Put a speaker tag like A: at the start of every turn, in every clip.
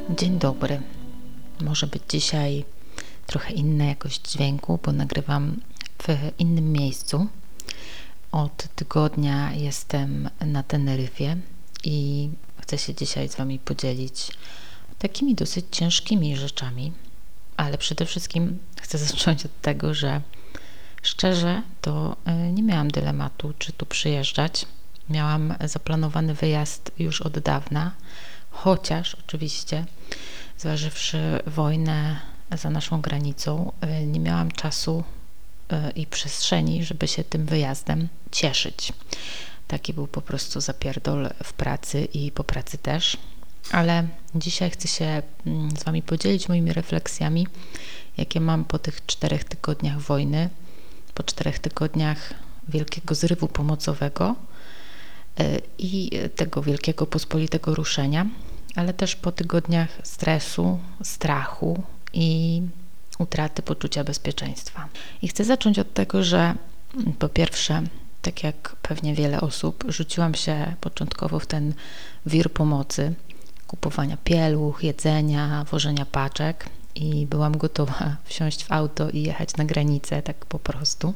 A: Dzień dobry. Może być dzisiaj trochę inna jakość dźwięku, bo nagrywam w innym miejscu. Od tygodnia jestem na Teneryfie i chcę się dzisiaj z Wami podzielić takimi dosyć ciężkimi rzeczami, ale przede wszystkim chcę zacząć od tego, że szczerze to nie miałam dylematu, czy tu przyjeżdżać. Miałam zaplanowany wyjazd już od dawna, chociaż oczywiście zważywszy wojnę za naszą granicą, nie miałam czasu i przestrzeni, żeby się tym wyjazdem cieszyć. Taki był po prostu zapierdol w pracy i po pracy też. Ale dzisiaj chcę się z Wami podzielić moimi refleksjami, jakie mam po tych 4 tygodniach wojny, po 4 tygodniach wielkiego zrywu pomocowego i tego wielkiego pospolitego ruszenia, ale też po tygodniach stresu, strachu i utraty poczucia bezpieczeństwa. I chcę zacząć od tego, że po pierwsze, tak jak pewnie wiele osób, rzuciłam się początkowo w ten wir pomocy, kupowania pieluch, jedzenia, wożenia paczek i byłam gotowa wsiąść w auto i jechać na granicę, tak po prostu.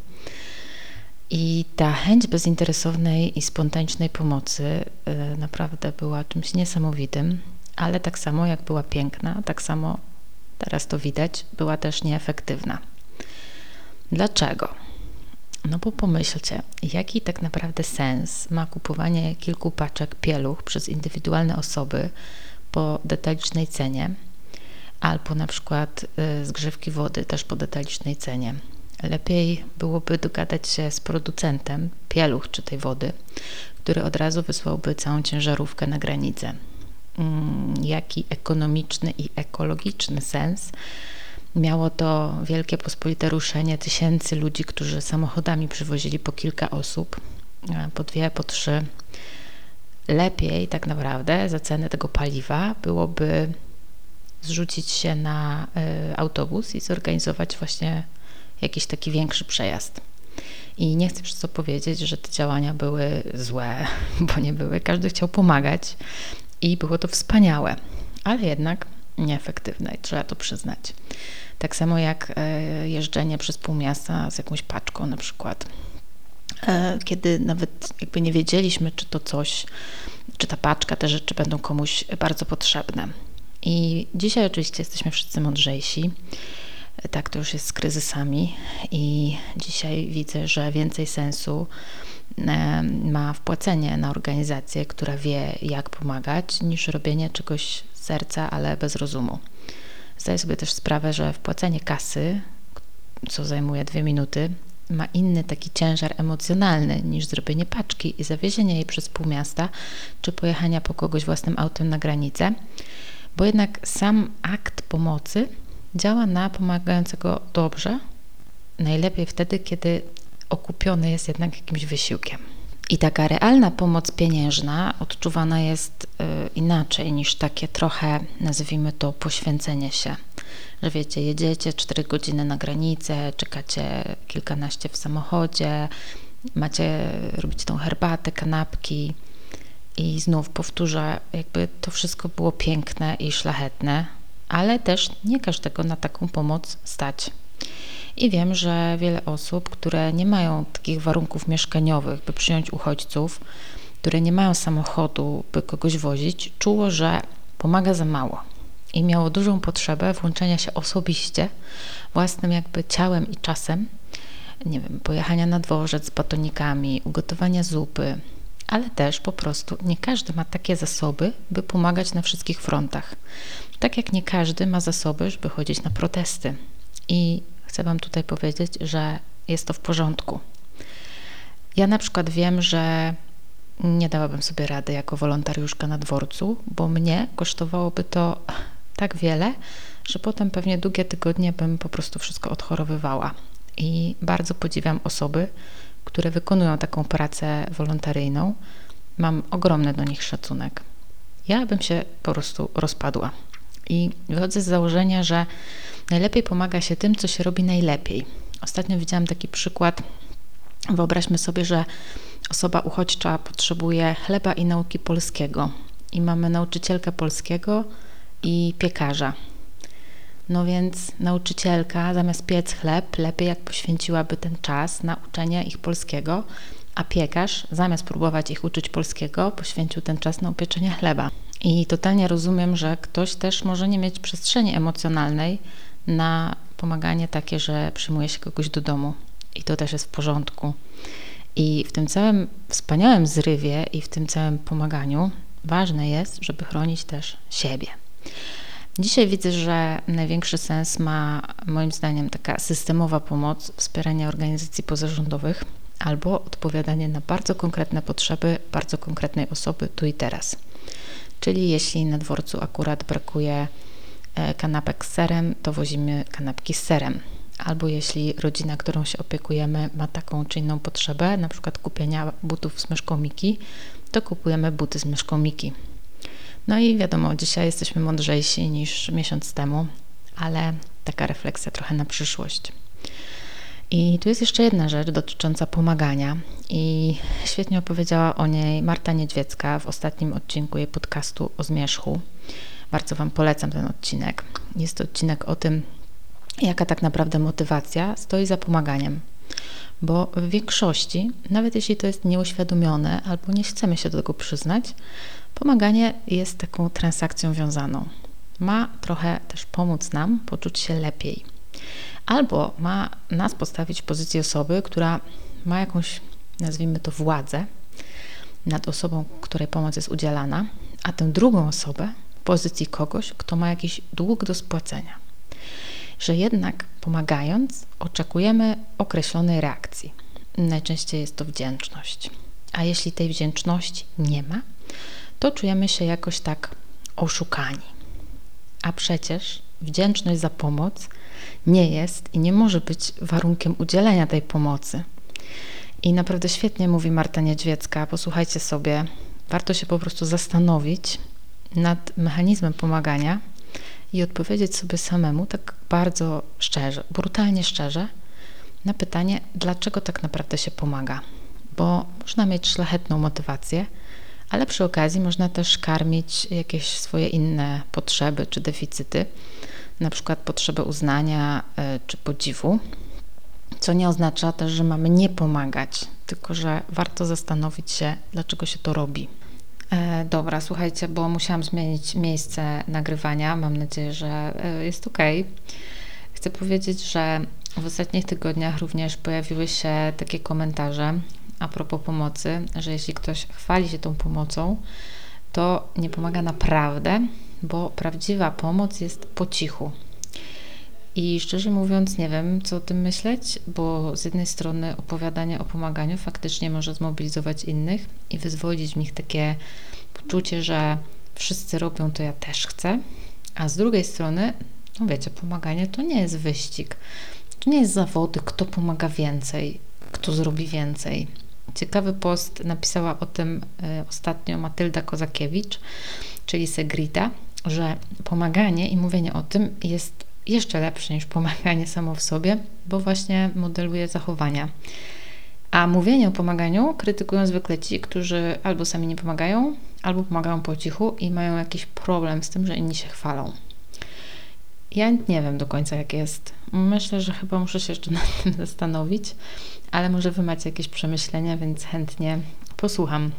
A: I ta chęć bezinteresownej i spontanicznej pomocy naprawdę była czymś niesamowitym, ale tak samo jak była piękna, tak samo teraz to widać, była też nieefektywna. Dlaczego? No bo pomyślcie, jaki tak naprawdę sens ma kupowanie kilku paczek pieluch przez indywidualne osoby po detalicznej cenie, albo na przykład zgrzewki wody też po detalicznej cenie. Lepiej byłoby dogadać się z producentem pieluch czy tej wody, który od razu wysłałby całą ciężarówkę na granicę. Jaki ekonomiczny i ekologiczny sens miało to wielkie pospolite ruszenie tysięcy ludzi, którzy samochodami przywozili po kilka osób, po 2, po 3. Lepiej tak naprawdę za cenę tego paliwa byłoby zrzucić się na autobus i zorganizować właśnie jakiś taki większy przejazd. I nie chcę przez to powiedzieć, że te działania były złe, bo nie były. Każdy chciał pomagać i było to wspaniałe, ale jednak nieefektywne i trzeba to przyznać. Tak samo jak jeżdżenie przez pół miasta z jakąś paczką na przykład. Kiedy nawet jakby nie wiedzieliśmy, czy to coś, czy ta paczka, te rzeczy będą komuś bardzo potrzebne. I dzisiaj oczywiście jesteśmy wszyscy mądrzejsi. Tak to już jest z kryzysami i dzisiaj widzę, że więcej sensu ma wpłacenie na organizację, która wie, jak pomagać, niż robienie czegoś z serca, ale bez rozumu. Zdaję sobie też sprawę, że wpłacenie kasy, co zajmuje 2 minuty, ma inny taki ciężar emocjonalny niż zrobienie paczki i zawiezienie jej przez pół miasta, czy pojechania po kogoś własnym autem na granicę, bo jednak sam akt pomocy działa na pomagającego dobrze, najlepiej wtedy, kiedy okupiony jest jednak jakimś wysiłkiem. I taka realna pomoc pieniężna odczuwana jest inaczej niż takie trochę, nazwijmy to, poświęcenie się. Że wiecie, jedziecie 4 godziny na granicę, czekacie kilkanaście w samochodzie, robicie tą herbatę, kanapki i znów powtórzę, jakby to wszystko było piękne i szlachetne, ale też nie każdego na taką pomoc stać. I wiem, że wiele osób, które nie mają takich warunków mieszkaniowych, by przyjąć uchodźców, które nie mają samochodu, by kogoś wozić, czuło, że pomaga za mało i miało dużą potrzebę włączenia się osobiście, własnym jakby ciałem i czasem, nie wiem, pojechania na dworzec z batonikami, ugotowania zupy, ale też po prostu nie każdy ma takie zasoby, by pomagać na wszystkich frontach. Tak jak nie każdy ma zasoby, żeby chodzić na protesty. I chcę Wam tutaj powiedzieć, że jest to w porządku. Ja na przykład wiem, że nie dałabym sobie rady jako wolontariuszka na dworcu, bo mnie kosztowałoby to tak wiele, że potem pewnie długie tygodnie bym po prostu wszystko odchorowywała. I bardzo podziwiam osoby, które wykonują taką pracę wolontaryjną. Mam ogromny do nich szacunek. Ja bym się po prostu rozpadła. I wychodzę z założenia, że najlepiej pomaga się tym, co się robi najlepiej. Ostatnio widziałam taki przykład. Wyobraźmy sobie, że osoba uchodźcza potrzebuje chleba i nauki polskiego. I mamy nauczycielkę polskiego i piekarza. No więc nauczycielka zamiast piec chleb, lepiej jak poświęciłaby ten czas na uczenie ich polskiego, a piekarz zamiast próbować ich uczyć polskiego, poświęcił ten czas na upieczenie chleba. I totalnie rozumiem, że ktoś też może nie mieć przestrzeni emocjonalnej na pomaganie takie, że przyjmuje się kogoś do domu. I to też jest w porządku. I w tym całym wspaniałym zrywie i w tym całym pomaganiu ważne jest, żeby chronić też siebie. Dzisiaj widzę, że największy sens ma moim zdaniem taka systemowa pomoc, wspieranie organizacji pozarządowych albo odpowiadanie na bardzo konkretne potrzeby bardzo konkretnej osoby tu i teraz. Czyli jeśli na dworcu akurat brakuje kanapek z serem, to wozimy kanapki z serem. Albo jeśli rodzina, którą się opiekujemy, ma taką czy inną potrzebę, na przykład kupienia butów z myszką Miki, to kupujemy buty z myszką Miki. No i wiadomo, dzisiaj jesteśmy mądrzejsi niż miesiąc temu, ale taka refleksja trochę na przyszłość. I tu jest jeszcze jedna rzecz dotycząca pomagania i świetnie opowiedziała o niej Marta Niedźwiecka w ostatnim odcinku jej podcastu o zmierzchu. Bardzo Wam polecam ten odcinek. Jest to odcinek o tym, jaka tak naprawdę motywacja stoi za pomaganiem. Bo w większości, nawet jeśli to jest nieuświadomione albo nie chcemy się do tego przyznać, pomaganie jest taką transakcją wiązaną. Ma trochę też pomóc nam poczuć się lepiej. Albo ma nas postawić w pozycji osoby, która ma jakąś, nazwijmy to, władzę nad osobą, której pomoc jest udzielana, a tę drugą osobę w pozycji kogoś, kto ma jakiś dług do spłacenia. Że jednak pomagając oczekujemy określonej reakcji. Najczęściej jest to wdzięczność. A jeśli tej wdzięczności nie ma, to czujemy się jakoś tak oszukani. A przecież wdzięczność za pomoc nie jest i nie może być warunkiem udzielenia tej pomocy. I naprawdę świetnie mówi Marta Niedźwiecka, posłuchajcie sobie, warto się po prostu zastanowić nad mechanizmem pomagania i odpowiedzieć sobie samemu tak bardzo szczerze, brutalnie szczerze na pytanie, dlaczego tak naprawdę się pomaga. Bo można mieć szlachetną motywację, ale przy okazji można też karmić jakieś swoje inne potrzeby czy deficyty, na przykład potrzebę uznania czy podziwu, co nie oznacza też, że mamy nie pomagać, tylko że warto zastanowić się, dlaczego się to robi. Dobra, słuchajcie, bo musiałam zmienić miejsce nagrywania. Mam nadzieję, że jest ok. Chcę powiedzieć, że w ostatnich tygodniach również pojawiły się takie komentarze a propos pomocy, że jeśli ktoś chwali się tą pomocą, to nie pomaga naprawdę, bo prawdziwa pomoc jest po cichu. I szczerze mówiąc nie wiem, co o tym myśleć, bo z jednej strony opowiadanie o pomaganiu faktycznie może zmobilizować innych i wyzwolić w nich takie poczucie, że wszyscy robią, to ja też chcę, a z drugiej strony, no wiecie, pomaganie to nie jest wyścig, to nie jest zawody, kto pomaga więcej, kto zrobi więcej. Ciekawy post napisała o tym ostatnio Matylda Kozakiewicz, czyli Segrita, że pomaganie i mówienie o tym jest jeszcze lepsze niż pomaganie samo w sobie, bo właśnie modeluje zachowania. A mówienie o pomaganiu krytykują zwykle ci, którzy albo sami nie pomagają, albo pomagają po cichu i mają jakiś problem z tym, że inni się chwalą. Ja nie wiem do końca, jak jest. Myślę, że chyba muszę się jeszcze nad tym zastanowić, ale może wy macie jakieś przemyślenia, więc chętnie posłucham.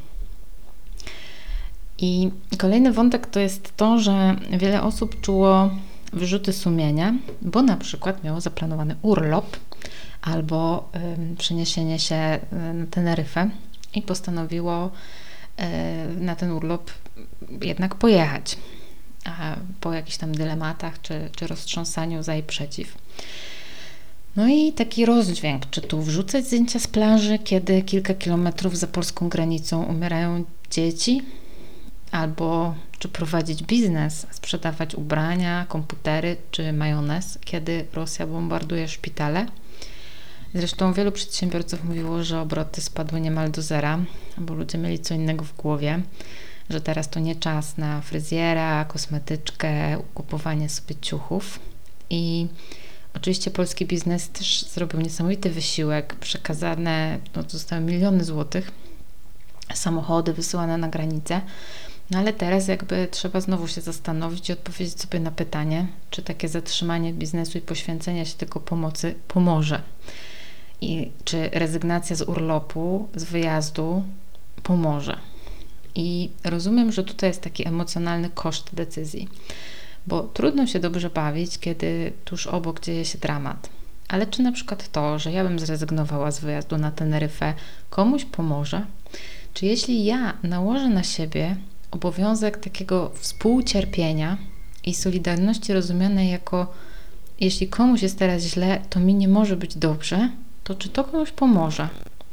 A: I kolejny wątek to jest to, że wiele osób czuło wyrzuty sumienia, bo na przykład miało zaplanowany urlop albo przeniesienie się na Teneryfę i postanowiło na ten urlop jednak pojechać po jakichś tam dylematach czy roztrząsaniu za i przeciw. No i taki rozdźwięk, czy tu wrzucać zdjęcia z plaży, kiedy kilka kilometrów za polską granicą umierają dzieci, albo czy prowadzić biznes, sprzedawać ubrania, komputery czy majonez, kiedy Rosja bombarduje szpitale. Zresztą wielu przedsiębiorców mówiło, że obroty spadły niemal do zera, bo ludzie mieli co innego w głowie, że teraz to nie czas na fryzjera, kosmetyczkę, kupowanie sobie ciuchów. I oczywiście polski biznes też zrobił niesamowity wysiłek, przekazane zostały miliony złotych, samochody wysyłane na granicę, No ale teraz jakby trzeba znowu się zastanowić i odpowiedzieć sobie na pytanie, czy takie zatrzymanie biznesu i poświęcenie się tylko pomocy pomoże. I czy rezygnacja z urlopu, z wyjazdu pomoże. I rozumiem, że tutaj jest taki emocjonalny koszt decyzji, bo trudno się dobrze bawić, kiedy tuż obok dzieje się dramat. Ale czy na przykład to, że ja bym zrezygnowała z wyjazdu na Teneryfę, komuś pomoże? Czy jeśli ja nałożę na siebie obowiązek takiego współcierpienia i solidarności rozumianej jako jeśli komuś jest teraz źle, to mi nie może być dobrze, to czy to komuś pomoże?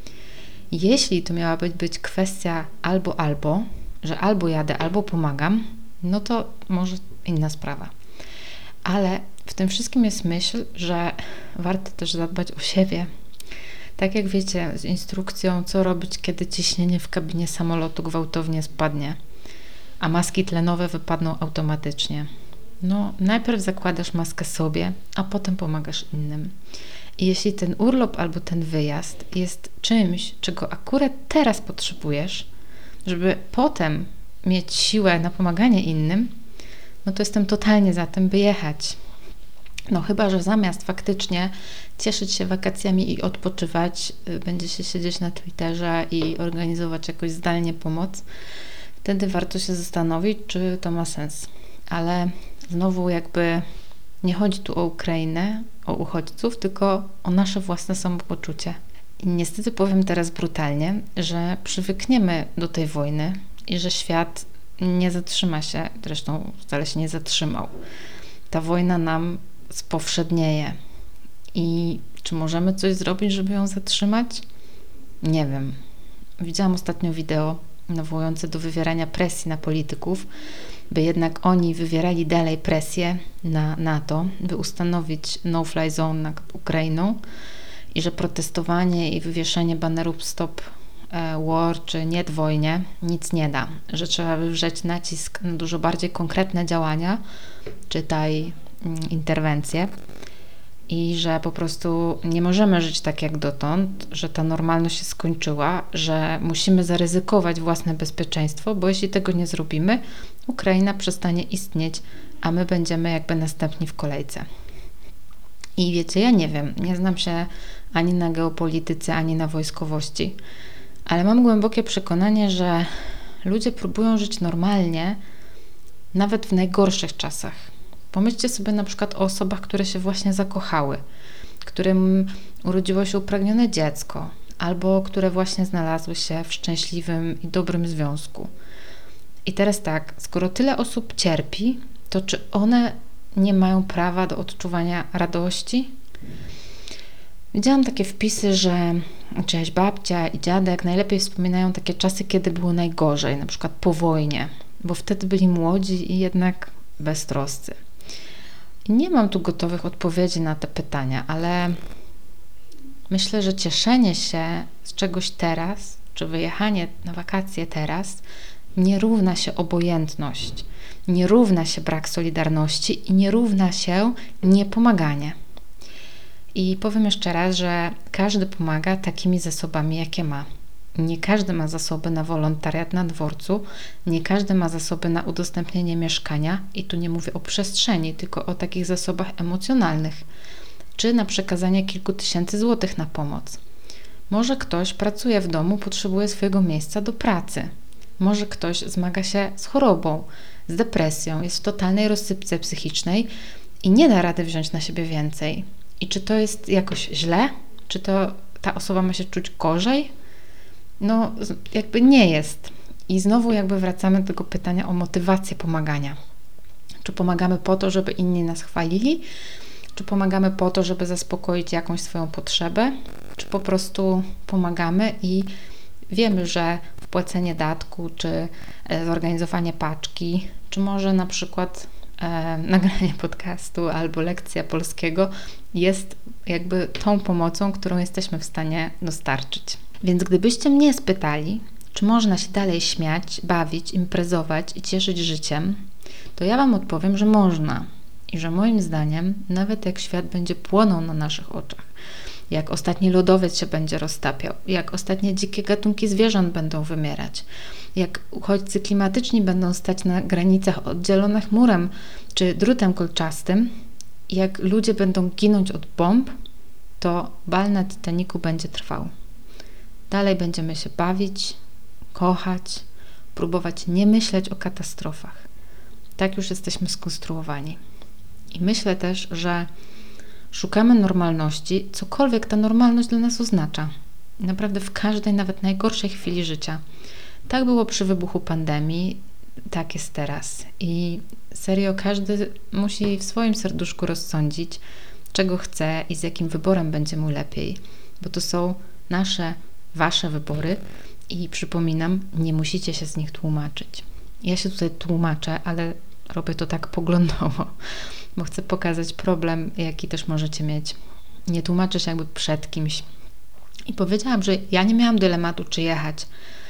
A: Jeśli to miała być kwestia albo, że albo jadę, albo pomagam, no to może inna sprawa. Ale w tym wszystkim jest myśl, że warto też zadbać o siebie. Tak jak wiecie, z instrukcją, co robić, kiedy ciśnienie w kabinie samolotu gwałtownie spadnie, a maski tlenowe wypadną automatycznie. No, najpierw zakładasz maskę sobie, a potem pomagasz innym. I jeśli ten urlop albo ten wyjazd jest czymś, czego akurat teraz potrzebujesz, żeby potem mieć siłę na pomaganie innym, no to jestem totalnie za tym, by jechać. No chyba, że zamiast faktycznie cieszyć się wakacjami i odpoczywać, będzie się siedzieć na Twitterze i organizować jakoś zdalnie pomoc, wtedy warto się zastanowić, czy to ma sens. Ale znowu jakby nie chodzi tu o Ukrainę, o uchodźców, tylko o nasze własne samopoczucie. I niestety powiem teraz brutalnie, że przywykniemy do tej wojny i że świat nie zatrzyma się, zresztą wcale się nie zatrzymał. Ta wojna nam spowszednieje. I czy możemy coś zrobić, żeby ją zatrzymać? Nie wiem. Widziałam ostatnio wideo nawołujące do wywierania presji na polityków, by jednak oni wywierali dalej presję na NATO, by ustanowić no-fly zone nad Ukrainą i że protestowanie i wywieszenie banerów Stop War czy Nie wojnie nic nie da, że trzeba wywrzeć nacisk na dużo bardziej konkretne działania, czytaj interwencje, i że po prostu nie możemy żyć tak jak dotąd, że ta normalność się skończyła, że musimy zaryzykować własne bezpieczeństwo, bo jeśli tego nie zrobimy, Ukraina przestanie istnieć, a my będziemy jakby następni w kolejce. I wiecie, ja nie wiem, nie znam się ani na geopolityce, ani na wojskowości, ale mam głębokie przekonanie, że ludzie próbują żyć normalnie, nawet w najgorszych czasach. Pomyślcie sobie na przykład o osobach, które się właśnie zakochały, którym urodziło się upragnione dziecko, albo które właśnie znalazły się w szczęśliwym i dobrym związku. I teraz tak, skoro tyle osób cierpi, to czy one nie mają prawa do odczuwania radości? Widziałam takie wpisy, że czyjaś babcia i dziadek najlepiej wspominają takie czasy, kiedy było najgorzej, na przykład po wojnie, bo wtedy byli młodzi i jednak beztroscy. I nie mam tu gotowych odpowiedzi na te pytania, ale myślę, że cieszenie się z czegoś teraz, czy wyjechanie na wakacje teraz, nie równa się obojętność, nie równa się brak solidarności i nie równa się niepomaganie. I powiem jeszcze raz, że każdy pomaga takimi zasobami, jakie ma. Nie każdy ma zasoby na wolontariat na dworcu, nie każdy ma zasoby na udostępnienie mieszkania i tu nie mówię o przestrzeni, tylko o takich zasobach emocjonalnych, czy na przekazanie kilku tysięcy złotych na pomoc. Może ktoś pracuje w domu, potrzebuje swojego miejsca do pracy. Może ktoś zmaga się z chorobą, z depresją, jest w totalnej rozsypce psychicznej i nie da rady wziąć na siebie więcej. I czy to jest jakoś źle? Czy to ta osoba ma się czuć gorzej? No, jakby nie jest. I znowu jakby wracamy do tego pytania o motywację pomagania. Czy pomagamy po to, żeby inni nas chwalili? Czy pomagamy po to, żeby zaspokoić jakąś swoją potrzebę? Czy po prostu pomagamy i wiemy, że wpłacenie datku, czy zorganizowanie paczki, czy może na przykład nagranie podcastu albo lekcja polskiego jest jakby tą pomocą, którą jesteśmy w stanie dostarczyć. Więc gdybyście mnie spytali, czy można się dalej śmiać, bawić, imprezować i cieszyć życiem, to ja Wam odpowiem, że można. I że moim zdaniem, nawet jak świat będzie płonął na naszych oczach, jak ostatni lodowiec się będzie roztapiał, jak ostatnie dzikie gatunki zwierząt będą wymierać, jak uchodźcy klimatyczni będą stać na granicach oddzielone chmurem czy drutem kolczastym, jak ludzie będą ginąć od bomb, to bal na Titanicu będzie trwał. Dalej będziemy się bawić, kochać, próbować nie myśleć o katastrofach. Tak już jesteśmy skonstruowani. I myślę też, że szukamy normalności, cokolwiek ta normalność dla nas oznacza. Naprawdę w każdej, nawet najgorszej chwili życia. Tak było przy wybuchu pandemii, tak jest teraz. I serio każdy musi w swoim serduszku rozsądzić, czego chce i z jakim wyborem będzie mu lepiej. Bo to są nasze, wasze wybory i przypominam, nie musicie się z nich tłumaczyć. Ja się tutaj tłumaczę, ale robię to tak poglądowo, bo chcę pokazać problem, jaki też możecie mieć. Nie tłumaczę się jakby przed kimś. I powiedziałam, że ja nie miałam dylematu, czy jechać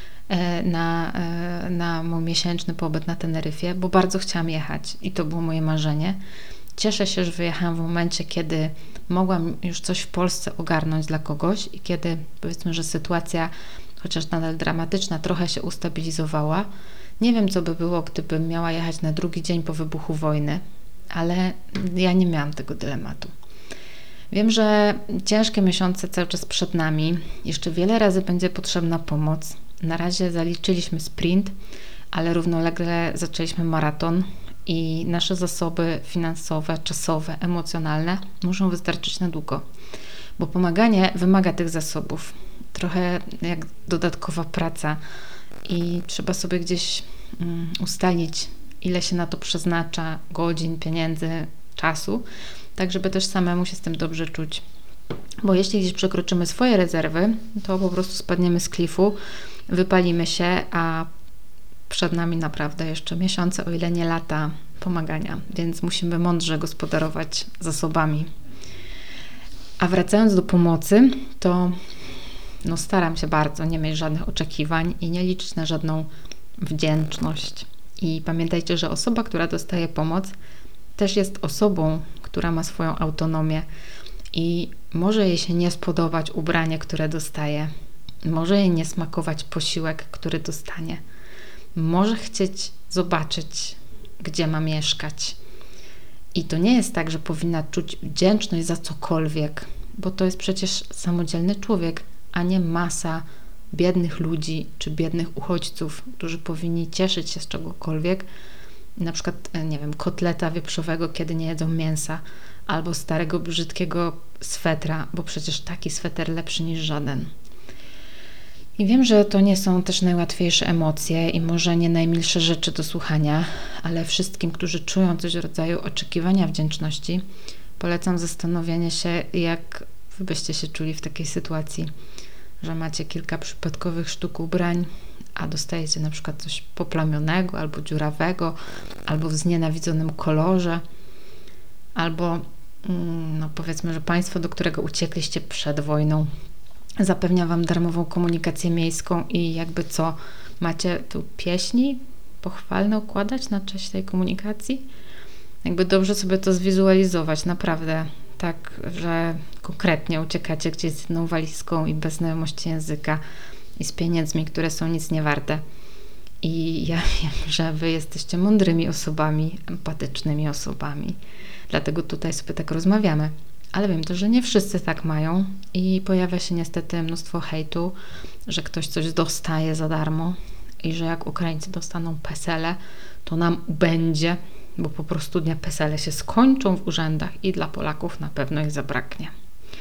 A: na mój miesięczny pobyt na Teneryfie, bo bardzo chciałam jechać i to było moje marzenie. Cieszę się, że wyjechałam w momencie, kiedy mogłam już coś w Polsce ogarnąć dla kogoś i kiedy powiedzmy, że sytuacja, chociaż nadal dramatyczna, trochę się ustabilizowała. Nie wiem, co by było, gdybym miała jechać na drugi dzień po wybuchu wojny, ale ja nie miałam tego dylematu. Wiem, że ciężkie miesiące cały czas przed nami. Jeszcze wiele razy będzie potrzebna pomoc. Na razie zaliczyliśmy sprint, ale równolegle zaczęliśmy maraton i nasze zasoby finansowe, czasowe, emocjonalne muszą wystarczyć na długo, bo pomaganie wymaga tych zasobów. Trochę jak dodatkowa praca i trzeba sobie gdzieś ustalić, ile się na to przeznacza godzin, pieniędzy, czasu, tak żeby też samemu się z tym dobrze czuć. Bo jeśli gdzieś przekroczymy swoje rezerwy, to po prostu spadniemy z klifu, wypalimy się, a przed nami naprawdę jeszcze miesiące, o ile nie lata pomagania, więc musimy mądrze gospodarować zasobami. A wracając do pomocy, to staram się bardzo nie mieć żadnych oczekiwań i nie liczyć na żadną wdzięczność. I pamiętajcie, że osoba, która dostaje pomoc, też jest osobą, która ma swoją autonomię i może jej się nie spodobać ubranie, które dostaje, może jej nie smakować posiłek, który dostanie, może chcieć zobaczyć, gdzie ma mieszkać. I to nie jest tak, że powinna czuć wdzięczność za cokolwiek, bo to jest przecież samodzielny człowiek, a nie masa biednych ludzi czy biednych uchodźców, którzy powinni cieszyć się z czegokolwiek, na przykład, nie wiem, kotleta wieprzowego, kiedy nie jedzą mięsa, albo starego, brzydkiego swetra, bo przecież taki sweter lepszy niż żaden. I wiem, że to nie są też najłatwiejsze emocje i może nie najmilsze rzeczy do słuchania, ale wszystkim, którzy czują coś w rodzaju oczekiwania wdzięczności, polecam zastanowienie się, jak wy byście się czuli w takiej sytuacji, że macie kilka przypadkowych sztuk ubrań, a dostajecie na przykład coś poplamionego, albo dziurawego, albo w znienawidzonym kolorze, albo powiedzmy, że państwo, do którego uciekliście przed wojną, zapewnia wam darmową komunikację miejską i jakby co, macie tu pieśni pochwalne układać na cześć tej komunikacji? Jakby dobrze sobie to zwizualizować, naprawdę, tak, że konkretnie uciekacie gdzieś z jedną walizką i bez znajomości języka i z pieniędzmi, które są nic nie warte. I ja wiem, że wy jesteście mądrymi osobami, empatycznymi osobami, dlatego tutaj sobie tak rozmawiamy. Ale wiem też, że nie wszyscy tak mają i pojawia się niestety mnóstwo hejtu, że ktoś coś dostaje za darmo i że jak Ukraińcy dostaną PESEL-e, to nam będzie, bo po prostu dnia PESEL-e się skończą w urzędach i dla Polaków na pewno ich zabraknie.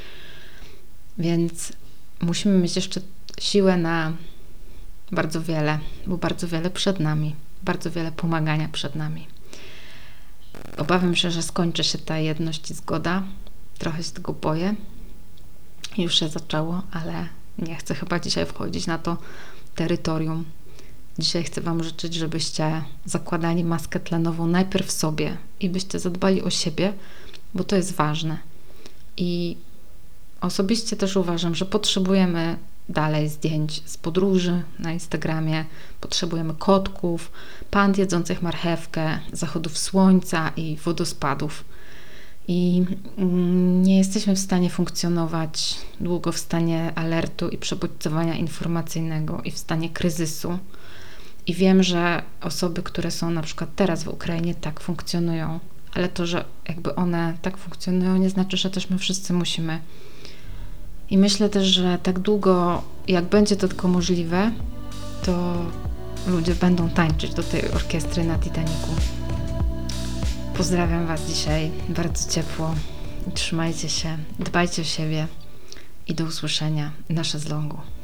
A: Więc musimy mieć jeszcze siłę na bardzo wiele, bo bardzo wiele przed nami, bardzo wiele pomagania przed nami. Obawiam się, że skończy się ta jedność i zgoda. Trochę się tego boję. Już się zaczęło, ale nie chcę chyba dzisiaj wchodzić na to terytorium. Dzisiaj chcę wam życzyć, żebyście zakładali maskę tlenową najpierw sobie i byście zadbali o siebie, bo to jest ważne. I osobiście też uważam, że potrzebujemy dalej zdjęć z podróży na Instagramie, potrzebujemy kotków, pand jedzących marchewkę, zachodów słońca i wodospadów. i nie jesteśmy w stanie funkcjonować długo w stanie alertu i przebodźcowania informacyjnego i w stanie kryzysu. I wiem, że osoby, które są na przykład teraz w Ukrainie, tak funkcjonują, ale to, że jakby one tak funkcjonują, nie znaczy, że też my wszyscy musimy. I myślę też, że tak długo, jak będzie to tylko możliwe, to ludzie będą tańczyć do tej orkiestry na Titanicu. Pozdrawiam Was dzisiaj bardzo ciepło. Trzymajcie się, dbajcie o siebie i do usłyszenia na szezlongu.